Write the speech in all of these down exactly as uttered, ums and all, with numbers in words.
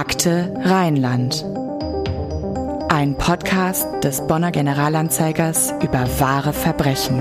Akte Rheinland. Ein Podcast des Bonner Generalanzeigers über wahre Verbrechen.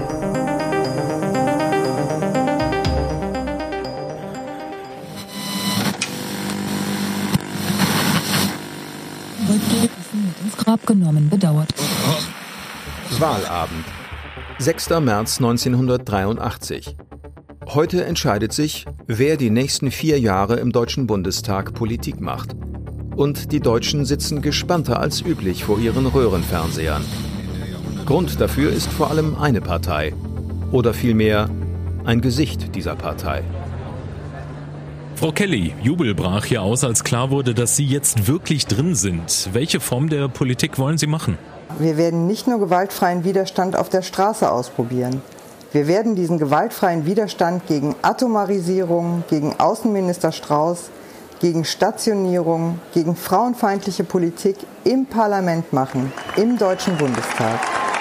Ins Grab genommen, bedauert. Wahlabend. sechster März neunzehnhundertdreiundachtzig. Heute entscheidet sich, wer die nächsten vier Jahre im Deutschen Bundestag Politik macht. Und die Deutschen sitzen gespannter als üblich vor ihren Röhrenfernsehern. Grund dafür ist vor allem eine Partei. Oder vielmehr ein Gesicht dieser Partei. Frau Kelly, Jubel brach hier aus, als klar wurde, dass Sie jetzt wirklich drin sind. Welche Form der Politik wollen Sie machen? Wir werden nicht nur gewaltfreien Widerstand auf der Straße ausprobieren. Wir werden diesen gewaltfreien Widerstand gegen Atomarisierung, gegen Außenminister Strauß, gegen Stationierung, gegen frauenfeindliche Politik im Parlament machen, im Deutschen Bundestag.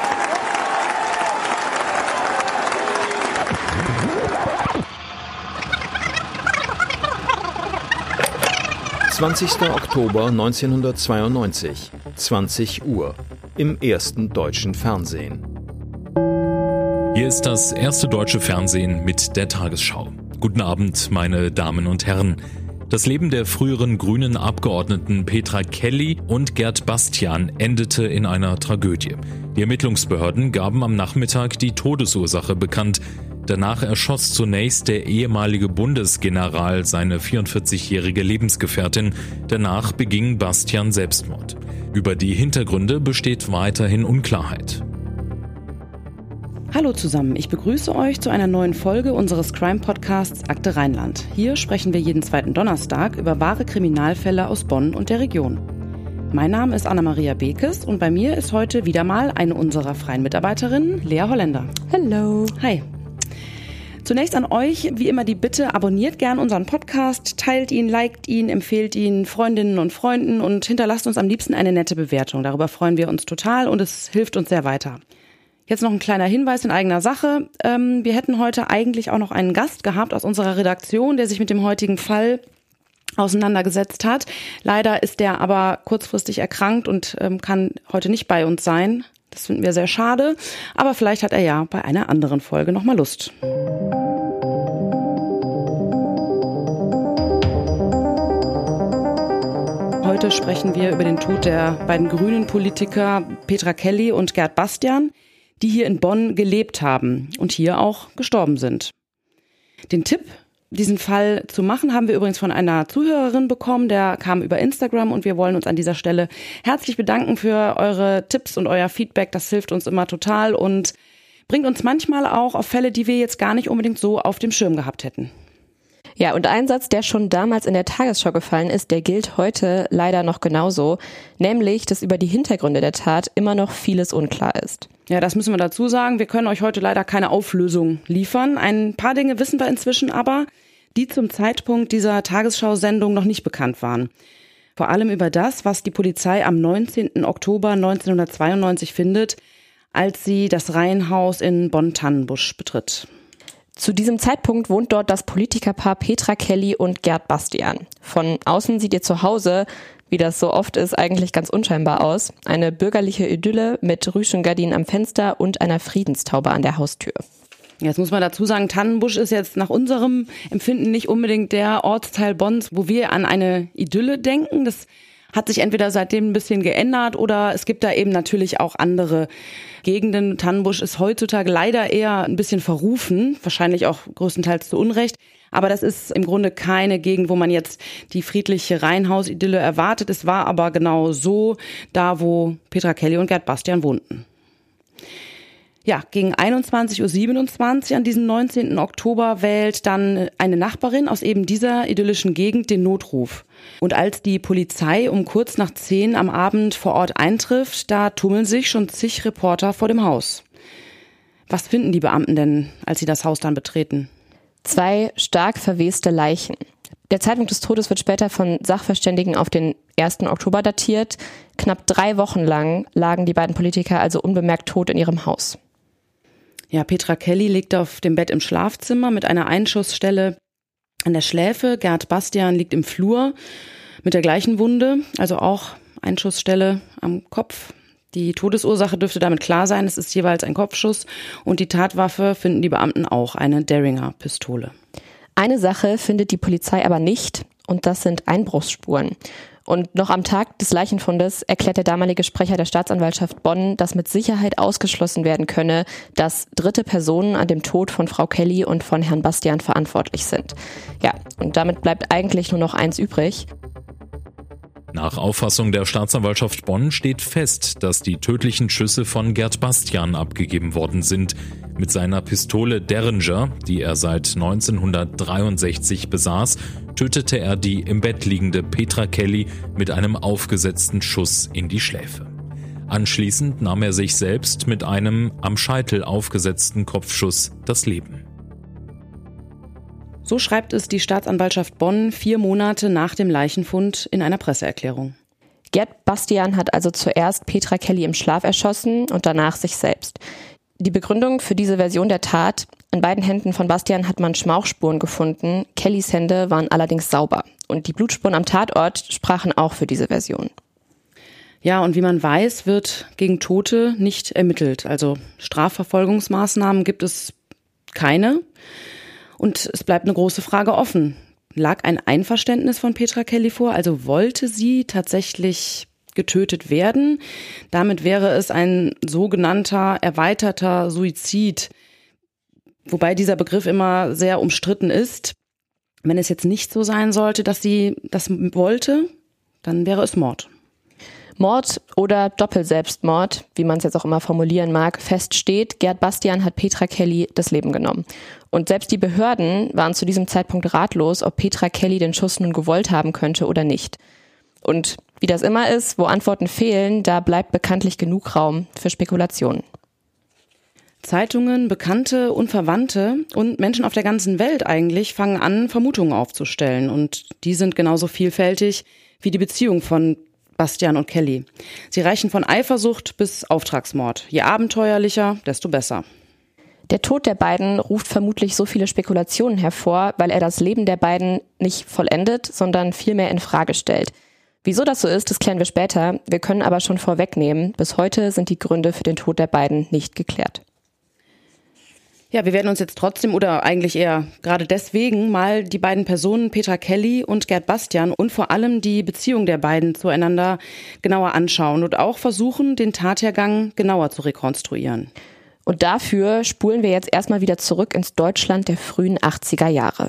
zwanzigster Oktober neunzehnhundertzweiundneunzig, zwanzig Uhr, im ersten deutschen Fernsehen. Hier ist das erste deutsche Fernsehen mit der Tagesschau. Guten Abend, meine Damen und Herren. Das Leben der früheren grünen Abgeordneten Petra Kelly und Gerd Bastian endete in einer Tragödie. Die Ermittlungsbehörden gaben am Nachmittag die Todesursache bekannt. Danach erschoss zunächst der ehemalige Bundesgeneral seine vierundvierzigjährige Lebensgefährtin. Danach beging Bastian Selbstmord. Über die Hintergründe besteht weiterhin Unklarheit. Hallo zusammen, ich begrüße euch zu einer neuen Folge unseres Crime-Podcasts Akte Rheinland. Hier sprechen wir jeden zweiten Donnerstag über wahre Kriminalfälle aus Bonn und der Region. Mein Name ist Anna-Maria Bekes und bei mir ist heute wieder mal eine unserer freien Mitarbeiterinnen, Lea Holländer. Hallo. Hi. Zunächst an euch, wie immer die Bitte, abonniert gern unseren Podcast, teilt ihn, liked ihn, empfehlt ihn Freundinnen und Freunden und hinterlasst uns am liebsten eine nette Bewertung. Darüber freuen wir uns total und es hilft uns sehr weiter. Jetzt noch ein kleiner Hinweis in eigener Sache. Ähm, wir hätten heute eigentlich auch noch einen Gast gehabt aus unserer Redaktion, der sich mit dem heutigen Fall auseinandergesetzt hat. Leider ist der aber kurzfristig erkrankt und ähm, kann heute nicht bei uns sein. Das finden wir sehr schade, aber vielleicht hat er ja bei einer anderen Folge noch mal Lust. Heute sprechen wir über den Tod der beiden grünen Politiker Petra Kelly und Gerd Bastian, die hier in Bonn gelebt haben und hier auch gestorben sind. Den Tipp, diesen Fall zu machen, haben wir übrigens von einer Zuhörerin bekommen, der kam über Instagram und wir wollen uns an dieser Stelle herzlich bedanken für eure Tipps und euer Feedback. Das hilft uns immer total und bringt uns manchmal auch auf Fälle, die wir jetzt gar nicht unbedingt so auf dem Schirm gehabt hätten. Ja, und ein Satz, der schon damals in der Tagesschau gefallen ist, der gilt heute leider noch genauso, nämlich, dass über die Hintergründe der Tat immer noch vieles unklar ist. Ja, das müssen wir dazu sagen. Wir können euch heute leider keine Auflösung liefern. Ein paar Dinge wissen wir inzwischen aber, die zum Zeitpunkt dieser Tagesschau-Sendung noch nicht bekannt waren. Vor allem über das, was die Polizei am neunzehnten Oktober neunzehnhundertzweiundneunzig findet, als sie das Reihenhaus in Bonn-Tannenbusch betritt. Zu diesem Zeitpunkt wohnt dort das Politikerpaar Petra Kelly und Gerd Bastian. Von außen sieht ihr Zuhause, wie das so oft ist, eigentlich ganz unscheinbar aus. Eine bürgerliche Idylle mit Rüschengardinen am Fenster und einer Friedenstaube an der Haustür. Jetzt muss man dazu sagen, Tannenbusch ist jetzt nach unserem Empfinden nicht unbedingt der Ortsteil Bonns, wo wir an eine Idylle denken. Das hat sich entweder seitdem ein bisschen geändert oder es gibt da eben natürlich auch andere Gegenden. Tannenbusch ist heutzutage leider eher ein bisschen verrufen, wahrscheinlich auch größtenteils zu Unrecht. Aber das ist im Grunde keine Gegend, wo man jetzt die friedliche Reihenhaus-Idylle erwartet. Es war aber genau so, da wo Petra Kelly und Gerd Bastian wohnten. Ja, gegen einundzwanzig Uhr siebenundzwanzig an diesem neunzehnten Oktober wählt dann eine Nachbarin aus eben dieser idyllischen Gegend den Notruf. Und als die Polizei um kurz nach zehn am Abend vor Ort eintrifft, da tummeln sich schon zig Reporter vor dem Haus. Was finden die Beamten denn, als sie das Haus dann betreten? Zwei stark verweste Leichen. Der Zeitpunkt des Todes wird später von Sachverständigen auf den ersten Oktober datiert. Knapp drei Wochen lang lagen die beiden Politiker also unbemerkt tot in ihrem Haus. Ja, Petra Kelly liegt auf dem Bett im Schlafzimmer mit einer Einschussstelle an der Schläfe. Gerd Bastian liegt im Flur. mit der gleichen Wunde, also auch Einschussstelle am Kopf. Die Todesursache dürfte damit klar sein, es ist jeweils ein Kopfschuss und die Tatwaffe finden die Beamten auch, eine Derringer-Pistole. Eine Sache findet die Polizei aber nicht und das sind Einbruchsspuren. Und noch am Tag des Leichenfundes erklärt der damalige Sprecher der Staatsanwaltschaft Bonn, dass mit Sicherheit ausgeschlossen werden könne, dass dritte Personen an dem Tod von Frau Kelly und von Herrn Bastian verantwortlich sind. Ja, und damit bleibt eigentlich nur noch eins übrig. Nach Auffassung der Staatsanwaltschaft Bonn steht fest, dass die tödlichen Schüsse von Gert Bastian abgegeben worden sind. Mit seiner Pistole Derringer, die er seit neunzehnhundertdreiundsechzig besaß, tötete er die im Bett liegende Petra Kelly mit einem aufgesetzten Schuss in die Schläfe. Anschließend nahm er sich selbst mit einem am Scheitel aufgesetzten Kopfschuss das Leben. So schreibt es die Staatsanwaltschaft Bonn vier Monate nach dem Leichenfund in einer Presseerklärung. Gert Bastian hat also zuerst Petra Kelly im Schlaf erschossen und danach sich selbst. Die Begründung für diese Version der Tat: An beiden Händen von Bastian hat man Schmauchspuren gefunden, Kellys Hände waren allerdings sauber. Und die Blutspuren am Tatort sprachen auch für diese Version. Ja, und wie man weiß, wird gegen Tote nicht ermittelt. Also Strafverfolgungsmaßnahmen gibt es keine. Und es bleibt eine große Frage offen. Lag ein Einverständnis von Petra Kelly vor? Also wollte sie tatsächlich getötet werden? Damit wäre es ein sogenannter erweiterter Suizid. Wobei dieser Begriff immer sehr umstritten ist. Wenn es jetzt nicht so sein sollte, dass sie das wollte, dann wäre es Mord. Mord oder Doppelselbstmord, wie man es jetzt auch immer formulieren mag, fest steht, Gert Bastian hat Petra Kelly das Leben genommen. Und selbst die Behörden waren zu diesem Zeitpunkt ratlos, ob Petra Kelly den Schuss nun gewollt haben könnte oder nicht. Und wie das immer ist, wo Antworten fehlen, da bleibt bekanntlich genug Raum für Spekulationen. Zeitungen, Bekannte und Verwandte und Menschen auf der ganzen Welt eigentlich fangen an, Vermutungen aufzustellen. Und die sind genauso vielfältig wie die Beziehung von Bastian und Kelly. Sie reichen von Eifersucht bis Auftragsmord. Je abenteuerlicher, desto besser. Der Tod der beiden ruft vermutlich so viele Spekulationen hervor, weil er das Leben der beiden nicht vollendet, sondern vielmehr in Frage stellt. Wieso das so ist, das klären wir später. Wir können aber schon vorwegnehmen, bis heute sind die Gründe für den Tod der beiden nicht geklärt. Ja, wir werden uns jetzt trotzdem oder eigentlich eher gerade deswegen mal die beiden Personen Petra Kelly und Gert Bastian und vor allem die Beziehung der beiden zueinander genauer anschauen und auch versuchen, den Tathergang genauer zu rekonstruieren. Und dafür spulen wir jetzt erstmal wieder zurück ins Deutschland der frühen achtziger Jahre.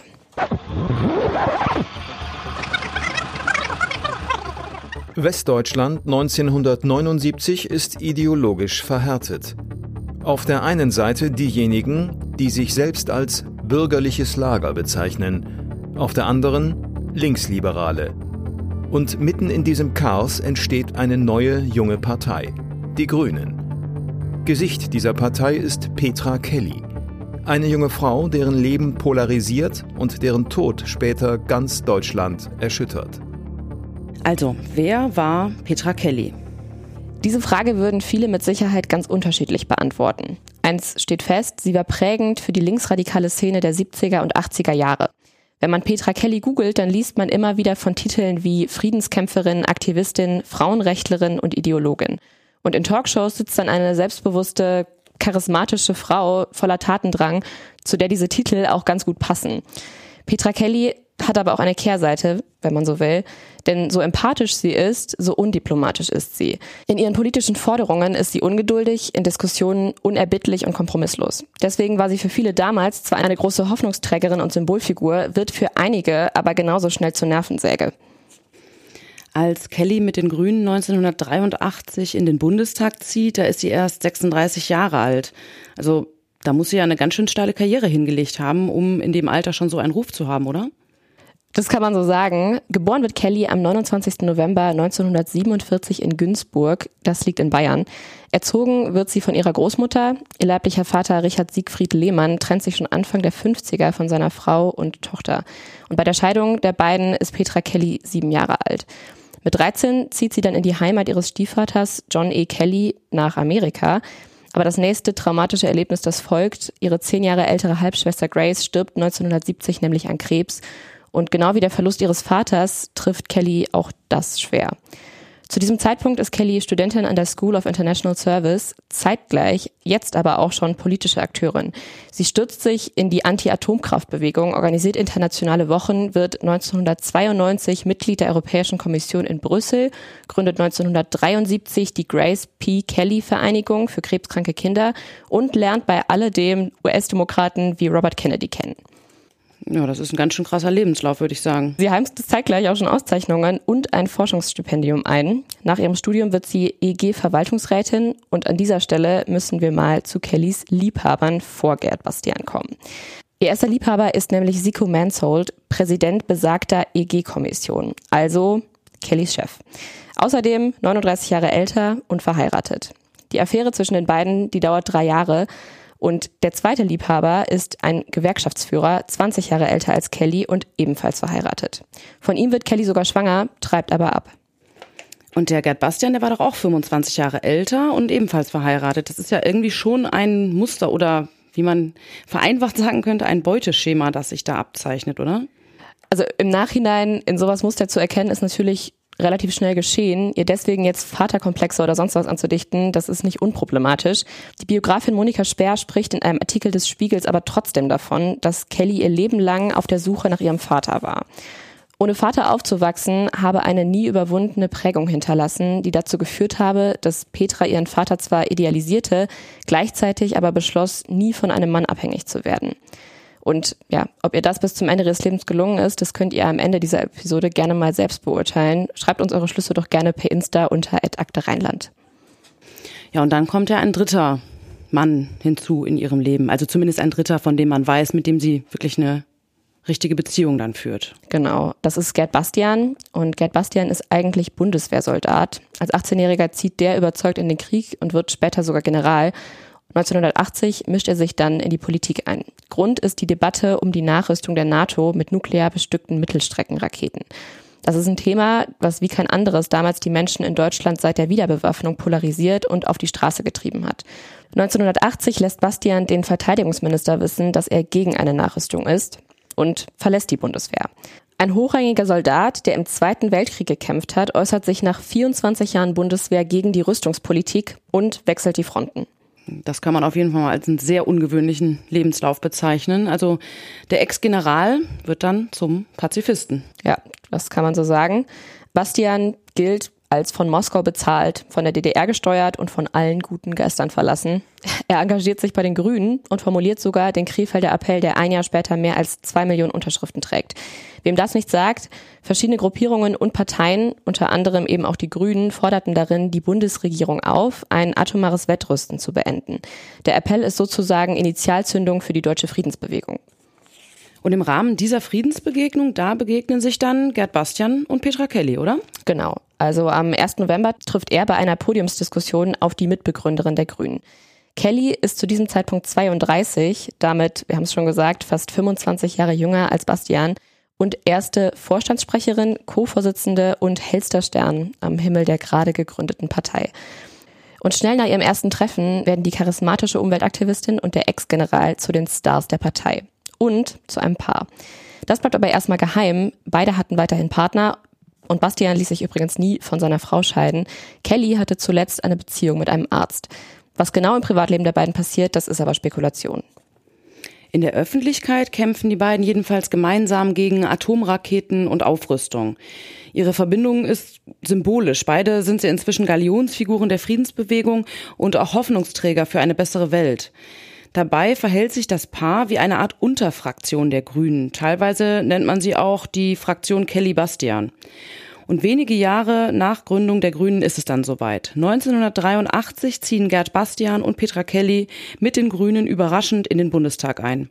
Westdeutschland neunzehnhundertneunundsiebzig ist ideologisch verhärtet. Auf der einen Seite diejenigen, die sich selbst als bürgerliches Lager bezeichnen, auf der anderen Linksliberale. Und mitten in diesem Chaos entsteht eine neue, junge Partei, die Grünen. Gesicht dieser Partei ist Petra Kelly, eine junge Frau, deren Leben polarisiert und deren Tod später ganz Deutschland erschüttert. Also, wer war Petra Kelly? Diese Frage würden viele mit Sicherheit ganz unterschiedlich beantworten. Eins steht fest, sie war prägend für die linksradikale Szene der siebziger und achtziger Jahre. Wenn man Petra Kelly googelt, dann liest man immer wieder von Titeln wie Friedenskämpferin, Aktivistin, Frauenrechtlerin und Ideologin. Und in Talkshows sitzt dann eine selbstbewusste, charismatische Frau voller Tatendrang, zu der diese Titel auch ganz gut passen. Petra Kelly hat aber auch eine Kehrseite, wenn man so will, denn so empathisch sie ist, so undiplomatisch ist sie. In ihren politischen Forderungen ist sie ungeduldig, in Diskussionen unerbittlich und kompromisslos. Deswegen war sie für viele damals zwar eine große Hoffnungsträgerin und Symbolfigur, wird für einige aber genauso schnell zur Nervensäge. Als Kelly mit den Grünen neunzehnhundertdreiundachtzig in den Bundestag zieht, da ist sie erst sechsunddreißig Jahre alt. Also da muss sie ja eine ganz schön steile Karriere hingelegt haben, um in dem Alter schon so einen Ruf zu haben, oder? Das kann man so sagen. Geboren wird Kelly am neunundzwanzigsten November neunzehnhundertsiebenundvierzig in Günzburg. Das liegt in Bayern. Erzogen wird sie von ihrer Großmutter. Ihr leiblicher Vater Richard Siegfried Lehmann trennt sich schon Anfang der fünfziger von seiner Frau und Tochter. Und bei der Scheidung der beiden ist Petra Kelly sieben Jahre alt. Mit dreizehn zieht sie dann in die Heimat ihres Stiefvaters John E. Kelly nach Amerika. Aber das nächste traumatische Erlebnis, das folgt, ihre zehn Jahre ältere Halbschwester Grace stirbt neunzehnhundertsiebzig nämlich an Krebs. Und genau wie der Verlust ihres Vaters trifft Kelly auch das schwer. Zu diesem Zeitpunkt ist Kelly Studentin an der School of International Service, zeitgleich jetzt aber auch schon politische Akteurin. Sie stürzt sich in die Anti-Atomkraftbewegung, organisiert internationale Wochen, wird neunzehnhundertzweiundneunzig Mitglied der Europäischen Kommission in Brüssel, gründet neunzehnhundertdreiundsiebzig die Grace P. Kelly Vereinigung für krebskranke Kinder und lernt bei alledem U S-Demokraten wie Robert Kennedy kennen. Ja, das ist ein ganz schön krasser Lebenslauf, würde ich sagen. Sie heimst zeitgleich auch schon Auszeichnungen und ein Forschungsstipendium ein. Nach ihrem Studium wird sie E G-Verwaltungsrätin und an dieser Stelle müssen wir mal zu Kellys Liebhabern vor Gerd Bastian kommen. Ihr erster Liebhaber ist nämlich Siko Mansold, Präsident besagter E G-Kommission, also Kellys Chef. Außerdem neununddreißig Jahre älter und verheiratet. Die Affäre zwischen den beiden, die dauert drei Jahre. Und der zweite Liebhaber ist ein Gewerkschaftsführer, zwanzig Jahre älter als Kelly und ebenfalls verheiratet. Von ihm wird Kelly sogar schwanger, treibt aber ab. Und der Gerd Bastian, der war doch auch fünfundzwanzig Jahre älter und ebenfalls verheiratet. Das ist ja irgendwie schon ein Muster oder, wie man vereinfacht sagen könnte, ein Beuteschema, das sich da abzeichnet, oder? Also im Nachhinein in sowas Muster zu erkennen, ist natürlich relativ schnell geschehen. Ihr deswegen jetzt Vaterkomplexe oder sonst was anzudichten, das ist nicht unproblematisch. Die Biografin Monika Speer spricht in einem Artikel des Spiegels aber trotzdem davon, dass Kelly ihr Leben lang auf der Suche nach ihrem Vater war. Ohne Vater aufzuwachsen, habe eine nie überwundene Prägung hinterlassen, die dazu geführt habe, dass Petra ihren Vater zwar idealisierte, gleichzeitig aber beschloss, nie von einem Mann abhängig zu werden. Und ja, ob ihr das bis zum Ende ihres Lebens gelungen ist, das könnt ihr am Ende dieser Episode gerne mal selbst beurteilen. Schreibt uns eure Schlüsse doch gerne per Insta unter at akte rheinland. Ja, und dann kommt ja ein dritter Mann hinzu in ihrem Leben. Also zumindest ein dritter, von dem man weiß, mit dem sie wirklich eine richtige Beziehung dann führt. Genau, das ist Gerd Bastian. Und Gerd Bastian ist eigentlich Bundeswehrsoldat. Als achtzehnjähriger zieht der überzeugt in den Krieg und wird später sogar General. neunzehnhundertachtzig mischt er sich dann in die Politik ein. Grund ist die Debatte um die Nachrüstung der NATO mit nuklear bestückten Mittelstreckenraketen. Das ist ein Thema, was wie kein anderes damals die Menschen in Deutschland seit der Wiederbewaffnung polarisiert und auf die Straße getrieben hat. neunzehnhundertachtzig lässt Bastian den Verteidigungsminister wissen, dass er gegen eine Nachrüstung ist und verlässt die Bundeswehr. Ein hochrangiger Soldat, der im Zweiten Weltkrieg gekämpft hat, äußert sich nach vierundzwanzig Jahren Bundeswehr gegen die Rüstungspolitik und wechselt die Fronten. Das kann man auf jeden Fall mal als einen sehr ungewöhnlichen Lebenslauf bezeichnen. Also der Ex-General wird dann zum Pazifisten. Ja, das kann man so sagen. Bastian gilt als von Moskau bezahlt, von der D D R gesteuert und von allen guten Geistern verlassen. Er engagiert sich bei den Grünen und formuliert sogar den Krefelder Appell, der ein Jahr später mehr als zwei Millionen Unterschriften trägt. Wem das nicht sagt, verschiedene Gruppierungen und Parteien, unter anderem eben auch die Grünen, forderten darin die Bundesregierung auf, ein atomares Wettrüsten zu beenden. Der Appell ist sozusagen Initialzündung für die deutsche Friedensbewegung. Und im Rahmen dieser Friedensbegegnung, da begegnen sich dann Gerd Bastian und Petra Kelly, oder? Genau. Also am ersten November trifft er bei einer Podiumsdiskussion auf die Mitbegründerin der Grünen. Kelly ist zu diesem Zeitpunkt zweiunddreißig, damit, wir haben es schon gesagt, fast fünfundzwanzig Jahre jünger als Bastian und erste Vorstandssprecherin, Co-Vorsitzende und hellster Stern am Himmel der gerade gegründeten Partei. Und schnell nach ihrem ersten Treffen werden die charismatische Umweltaktivistin und der Ex-General zu den Stars der Partei. Und zu einem Paar. Das bleibt aber erstmal geheim. Beide hatten weiterhin Partner und Bastian ließ sich übrigens nie von seiner Frau scheiden. Kelly hatte zuletzt eine Beziehung mit einem Arzt. Was genau im Privatleben der beiden passiert, das ist aber Spekulation. In der Öffentlichkeit kämpfen die beiden jedenfalls gemeinsam gegen Atomraketen und Aufrüstung. Ihre Verbindung ist symbolisch. Beide sind sie inzwischen Galionsfiguren der Friedensbewegung und auch Hoffnungsträger für eine bessere Welt. Dabei verhält sich das Paar wie eine Art Unterfraktion der Grünen. Teilweise nennt man sie auch die Fraktion Kelly-Bastian. Und wenige Jahre nach Gründung der Grünen ist es dann soweit. neunzehnhundertdreiundachtzig ziehen Gerd Bastian und Petra Kelly mit den Grünen überraschend in den Bundestag ein.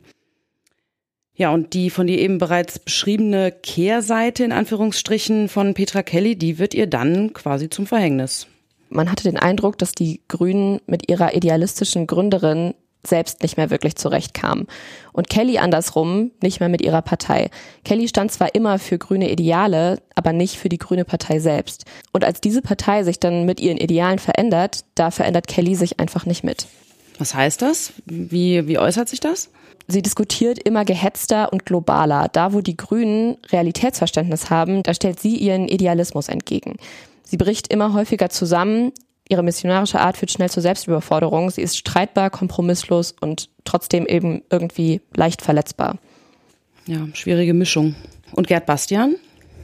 Ja, und die von dir eben bereits beschriebene Kehrseite in Anführungsstrichen von Petra Kelly, die wird ihr dann quasi zum Verhängnis. Man hatte den Eindruck, dass die Grünen mit ihrer idealistischen Gründerin selbst nicht mehr wirklich zurechtkam. Und Kelly andersrum nicht mehr mit ihrer Partei. Kelly stand zwar immer für grüne Ideale, aber nicht für die grüne Partei selbst. Und als diese Partei sich dann mit ihren Idealen verändert, da verändert Kelly sich einfach nicht mit. Was heißt das? Wie, wie äußert sich das? Sie diskutiert immer gehetzter und globaler. Da, wo die Grünen Realitätsverständnis haben, da stellt sie ihren Idealismus entgegen. Sie bricht immer häufiger zusammen. Ihre missionarische Art führt schnell zur Selbstüberforderung. Sie ist streitbar, kompromisslos und trotzdem eben irgendwie leicht verletzbar. Ja, schwierige Mischung. Und Gerd Bastian?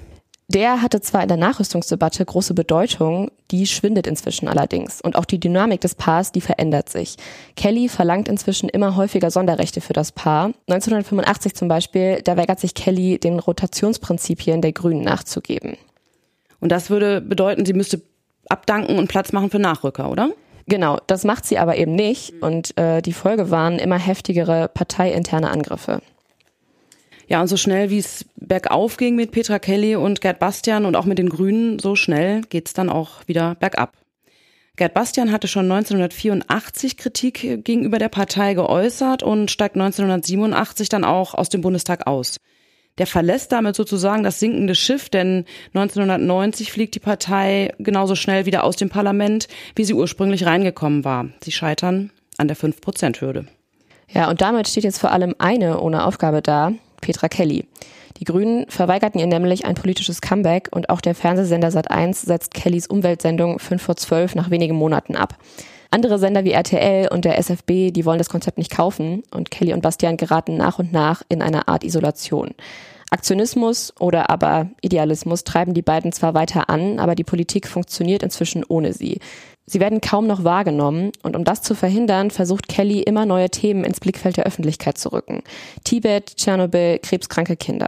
Der hatte zwar in der Nachrüstungsdebatte große Bedeutung, die schwindet inzwischen allerdings. Und auch die Dynamik des Paars, die verändert sich. Kelly verlangt inzwischen immer häufiger Sonderrechte für das Paar. neunzehnhundertfünfundachtzig zum Beispiel, da weigert sich Kelly, den Rotationsprinzipien der Grünen nachzugeben. Und das würde bedeuten, sie müsste abdanken und Platz machen für Nachrücker, oder? Genau, das macht sie aber eben nicht. Und äh, die Folge waren immer heftigere parteiinterne Angriffe. Ja, und so schnell wie es bergauf ging mit Petra Kelly und Gerd Bastian und auch mit den Grünen, so schnell geht's dann auch wieder bergab. Gerd Bastian hatte schon neunzehnhundertvierundachtzig Kritik gegenüber der Partei geäußert und steigt neunzehnhundertsiebenundachtzig dann auch aus dem Bundestag aus. Der verlässt damit sozusagen das sinkende Schiff, denn neunzehnhundertneunzig fliegt die Partei genauso schnell wieder aus dem Parlament, wie sie ursprünglich reingekommen war. Sie scheitern an der fünf Prozent Hürde. Ja, und damit steht jetzt vor allem eine ohne Aufgabe da, Petra Kelly. Die Grünen verweigerten ihr nämlich ein politisches Comeback und auch der Fernsehsender Sat eins setzt Kellys Umweltsendung fünf vor zwölf nach wenigen Monaten ab. Andere Sender wie R T L und der S F B, die wollen das Konzept nicht kaufen und Kelly und Bastian geraten nach und nach in eine Art Isolation. Aktionismus oder aber Idealismus treiben die beiden zwar weiter an, aber die Politik funktioniert inzwischen ohne sie. Sie werden kaum noch wahrgenommen und um das zu verhindern, versucht Kelly immer neue Themen ins Blickfeld der Öffentlichkeit zu rücken. Tibet, Tschernobyl, krebskranke Kinder.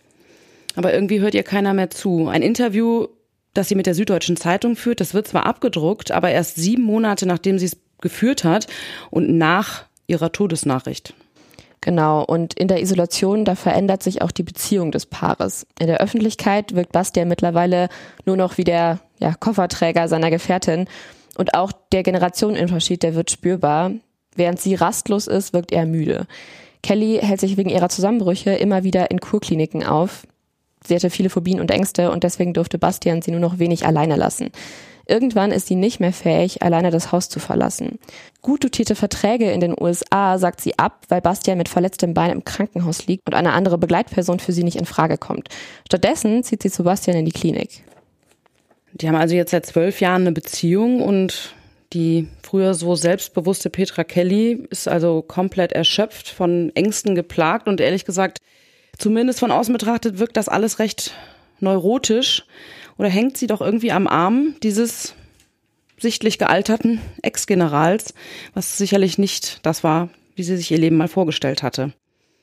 Aber irgendwie hört ihr keiner mehr zu. Ein Interview, das sie mit der Süddeutschen Zeitung führt, das wird zwar abgedruckt, aber erst sieben Monate nachdem sie es geführt hat und nach ihrer Todesnachricht. Genau, und in der Isolation, da verändert sich auch die Beziehung des Paares. In der Öffentlichkeit wirkt Bastian mittlerweile nur noch wie der ja, Kofferträger seiner Gefährtin. Und auch der Generationenunterschied, der wird spürbar. Während sie rastlos ist, wirkt er müde. Kelly hält sich wegen ihrer Zusammenbrüche immer wieder in Kurkliniken auf. Sie hatte viele Phobien und Ängste und deswegen durfte Bastian sie nur noch wenig alleine lassen. Irgendwann ist sie nicht mehr fähig, alleine das Haus zu verlassen. Gut dotierte Verträge in den U S A sagt sie ab, weil Bastian mit verletztem Bein im Krankenhaus liegt und eine andere Begleitperson für sie nicht in Frage kommt. Stattdessen zieht sie zu Bastian in die Klinik. Die haben also jetzt seit zwölf Jahren eine Beziehung und die früher so selbstbewusste Petra Kelly ist also komplett erschöpft, von Ängsten geplagt und ehrlich gesagt, zumindest von außen betrachtet, wirkt das alles recht neurotisch. Oder hängt sie doch irgendwie am Arm dieses sichtlich gealterten Ex-Generals, was sicherlich nicht das war, wie sie sich ihr Leben mal vorgestellt hatte.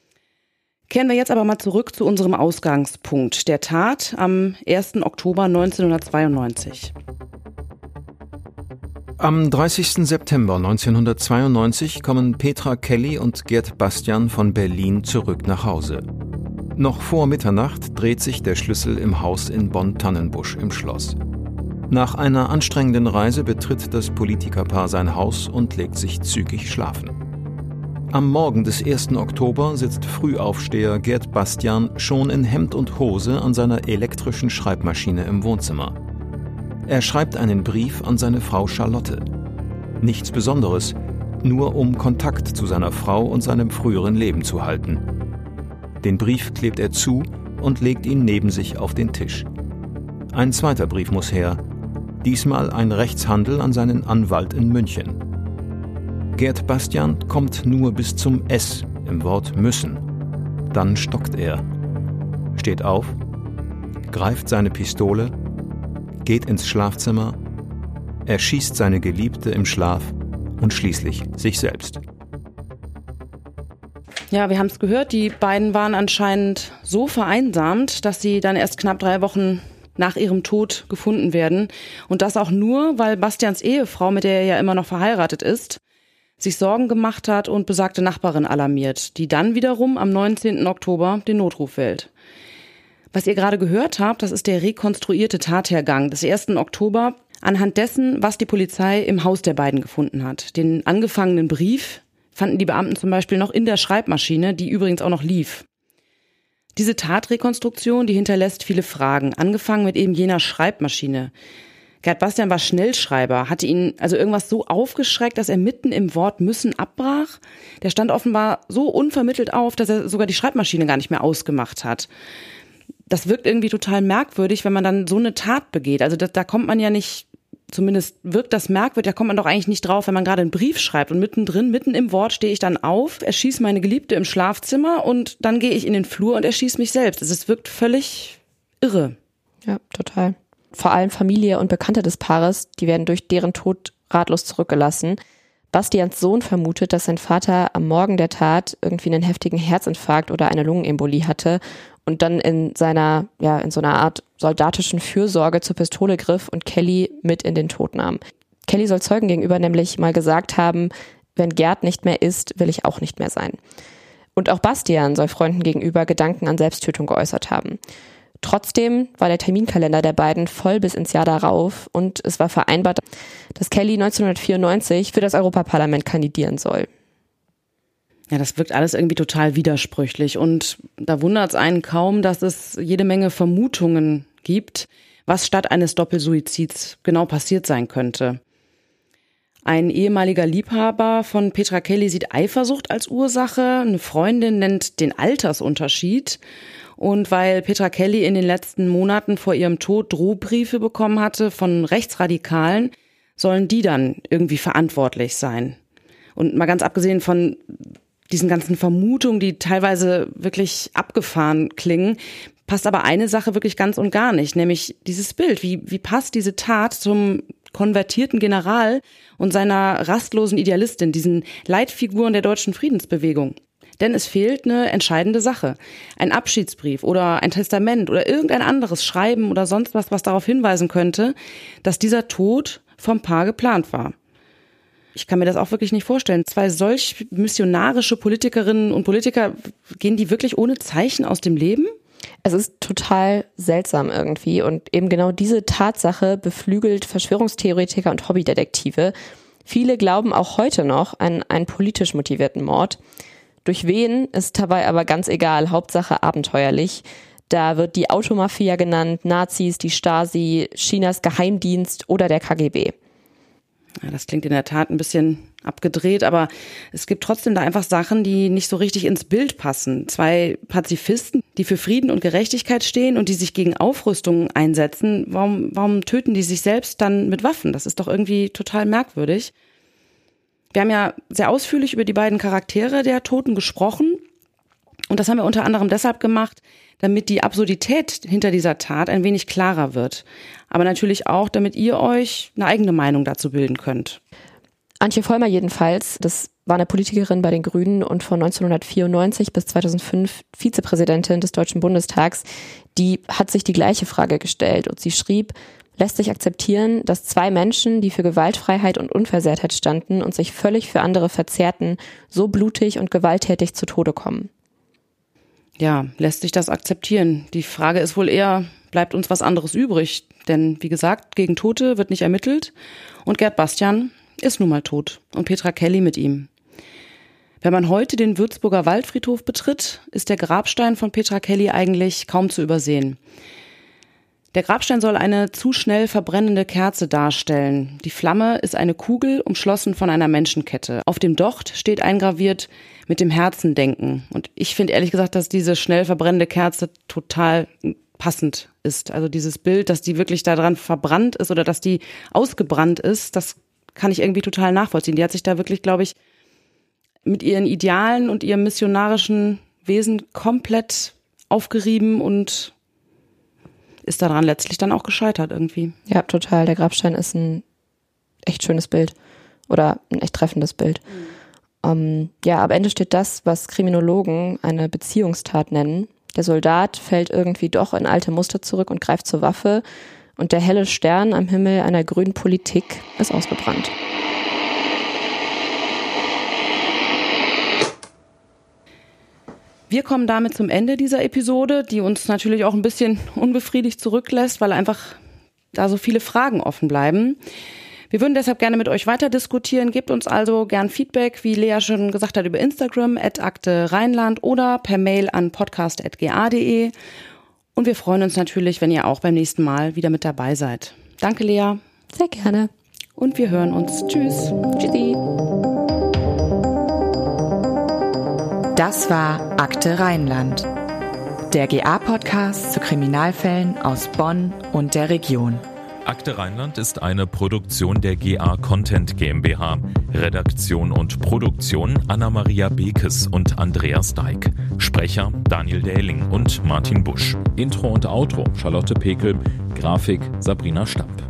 Kehren wir jetzt aber mal zurück zu unserem Ausgangspunkt, der Tat am ersten Oktober neunzehnhundertzweiundneunzig. Am dreißigsten September neunzehnhundertzweiundneunzig kommen Petra Kelly und Gerd Bastian von Berlin zurück nach Hause. Noch vor Mitternacht dreht sich der Schlüssel im Haus in Bonn-Tannenbusch im Schloss. Nach einer anstrengenden Reise betritt das Politikerpaar sein Haus und legt sich zügig schlafen. Am Morgen des ersten Oktober sitzt Frühaufsteher Gerd Bastian schon in Hemd und Hose an seiner elektrischen Schreibmaschine im Wohnzimmer. Er schreibt einen Brief an seine Frau Charlotte. Nichts Besonderes, nur um Kontakt zu seiner Frau und seinem früheren Leben zu halten. Den Brief klebt er zu und legt ihn neben sich auf den Tisch. Ein zweiter Brief muss her, diesmal ein Rechtshandel an seinen Anwalt in München. Gerd Bastian kommt nur bis zum S im Wort müssen. Dann stockt er, steht auf, greift seine Pistole, geht ins Schlafzimmer, erschießt seine Geliebte im Schlaf und schließlich sich selbst. Ja, wir haben es gehört, die beiden waren anscheinend so vereinsamt, dass sie dann erst knapp drei Wochen nach ihrem Tod gefunden werden. Und das auch nur, weil Bastians Ehefrau, mit der er ja immer noch verheiratet ist, sich Sorgen gemacht hat und besagte Nachbarin alarmiert, die dann wiederum am neunzehnten Oktober den Notruf wählt. Was ihr gerade gehört habt, das ist der rekonstruierte Tathergang des ersten Oktober anhand dessen, was die Polizei im Haus der beiden gefunden hat. Den angefangenen Brief fanden die Beamten zum Beispiel noch in der Schreibmaschine, die übrigens auch noch lief. Diese Tatrekonstruktion, die hinterlässt viele Fragen, angefangen mit eben jener Schreibmaschine. Gerd Bastian war Schnellschreiber, hatte ihn also irgendwas so aufgeschreckt, dass er mitten im Wort müssen abbrach. Der stand offenbar so unvermittelt auf, dass er sogar die Schreibmaschine gar nicht mehr ausgemacht hat. Das wirkt irgendwie total merkwürdig, wenn man dann so eine Tat begeht. Also da, da kommt man ja nicht, zumindest wirkt das merkwürdig, da kommt man doch eigentlich nicht drauf, wenn man gerade einen Brief schreibt und mittendrin, mitten im Wort stehe ich dann auf, erschieße meine Geliebte im Schlafzimmer und dann gehe ich in den Flur und erschieße mich selbst. Also es wirkt völlig irre. Ja, total. Vor allem Familie und Bekannte des Paares, die werden durch deren Tod ratlos zurückgelassen. Bastians Sohn vermutet, dass sein Vater am Morgen der Tat irgendwie einen heftigen Herzinfarkt oder eine Lungenembolie hatte und dann in seiner, ja, in so einer Art soldatischen Fürsorge zur Pistole griff und Kelly mit in den Tod nahm. Kelly soll Zeugen gegenüber nämlich mal gesagt haben, wenn Gerd nicht mehr ist, will ich auch nicht mehr sein. Und auch Bastian soll Freunden gegenüber Gedanken an Selbsttötung geäußert haben. Trotzdem war der Terminkalender der beiden voll bis ins Jahr darauf und es war vereinbart, dass Kelly neunzehnhundertvierundneunzig für das Europaparlament kandidieren soll. Ja, das wirkt alles irgendwie total widersprüchlich und da wundert es einen kaum, dass es jede Menge Vermutungen gibt, was statt eines Doppelsuizids genau passiert sein könnte. Ein ehemaliger Liebhaber von Petra Kelly sieht Eifersucht als Ursache, eine Freundin nennt den Altersunterschied. Und weil Petra Kelly in den letzten Monaten vor ihrem Tod Drohbriefe bekommen hatte von Rechtsradikalen, sollen die dann irgendwie verantwortlich sein. Und mal ganz abgesehen von diesen ganzen Vermutungen, die teilweise wirklich abgefahren klingen, passt aber eine Sache wirklich ganz und gar nicht, nämlich dieses Bild. Wie, wie passt diese Tat zum konvertierten General und seiner rastlosen Idealistin, diesen Leitfiguren der deutschen Friedensbewegung? Denn es fehlt eine entscheidende Sache. Ein Abschiedsbrief oder ein Testament oder irgendein anderes Schreiben oder sonst was, was darauf hinweisen könnte, dass dieser Tod vom Paar geplant war. Ich kann mir das auch wirklich nicht vorstellen. Zwei solch missionarische Politikerinnen und Politiker, gehen die wirklich ohne Zeichen aus dem Leben? Es ist total seltsam irgendwie und eben genau diese Tatsache beflügelt Verschwörungstheoretiker und Hobbydetektive. Viele glauben auch heute noch an einen politisch motivierten Mord. Durch wen ist dabei aber ganz egal, Hauptsache abenteuerlich. Da wird die Automafia genannt, Nazis, die Stasi, Chinas Geheimdienst oder der K G B. Ja, das klingt in der Tat ein bisschen abgedreht, aber es gibt trotzdem da einfach Sachen, die nicht so richtig ins Bild passen. Zwei Pazifisten, die für Frieden und Gerechtigkeit stehen und die sich gegen Aufrüstung einsetzen, warum, warum töten die sich selbst dann mit Waffen? Das ist doch irgendwie total merkwürdig. Wir haben ja sehr ausführlich über die beiden Charaktere der Toten gesprochen und das haben wir unter anderem deshalb gemacht, damit die Absurdität hinter dieser Tat ein wenig klarer wird. Aber natürlich auch, damit ihr euch eine eigene Meinung dazu bilden könnt. Antje Vollmer jedenfalls, das war eine Politikerin bei den Grünen und von neunzehnhundertvierundneunzig bis zweitausendfünf Vizepräsidentin des Deutschen Bundestags, die hat sich die gleiche Frage gestellt und sie schrieb, lässt sich akzeptieren, dass zwei Menschen, die für Gewaltfreiheit und Unversehrtheit standen und sich völlig für andere verzerrten, so blutig und gewalttätig zu Tode kommen? Ja, lässt sich das akzeptieren. Die Frage ist wohl eher, bleibt uns was anderes übrig? Denn wie gesagt, gegen Tote wird nicht ermittelt und Gerd Bastian ist nun mal tot und Petra Kelly mit ihm. Wenn man heute den Würzburger Waldfriedhof betritt, ist der Grabstein von Petra Kelly eigentlich kaum zu übersehen. Der Grabstein soll eine zu schnell verbrennende Kerze darstellen. Die Flamme ist eine Kugel, umschlossen von einer Menschenkette. Auf dem Docht steht eingraviert, mit dem Herzen denken. Und ich finde ehrlich gesagt, dass diese schnell verbrennende Kerze total passend ist. Also dieses Bild, dass die wirklich daran verbrannt ist oder dass die ausgebrannt ist, das kann ich irgendwie total nachvollziehen. Die hat sich da wirklich, glaube ich, mit ihren Idealen und ihrem missionarischen Wesen komplett aufgerieben und ist daran letztlich dann auch gescheitert irgendwie. Ja, total. Der Grabstein ist ein echt schönes Bild oder ein echt treffendes Bild. Mhm. Um, ja, am Ende steht das, was Kriminologen eine Beziehungstat nennen. Der Soldat fällt irgendwie doch in alte Muster zurück und greift zur Waffe und der helle Stern am Himmel einer grünen Politik ist ausgebrannt. Wir kommen damit zum Ende dieser Episode, die uns natürlich auch ein bisschen unbefriedigt zurücklässt, weil einfach da so viele Fragen offen bleiben. Wir würden deshalb gerne mit euch weiter diskutieren. Gebt uns also gern Feedback, wie Lea schon gesagt hat, über Instagram at akte rheinland oder per Mail an podcast at g a punkt d e. Und wir freuen uns natürlich, wenn ihr auch beim nächsten Mal wieder mit dabei seid. Danke, Lea. Sehr gerne. Und wir hören uns. Tschüss. Tschüssi. Das war Akte Rheinland, der G A-Podcast zu Kriminalfällen aus Bonn und der Region. Akte Rheinland ist eine Produktion der G A Content GmbH. Redaktion und Produktion Anna-Maria Bekes und Andreas Dijk. Sprecher Daniel Dähling und Martin Busch. Intro und Outro Charlotte Pekel. Grafik Sabrina Stamp.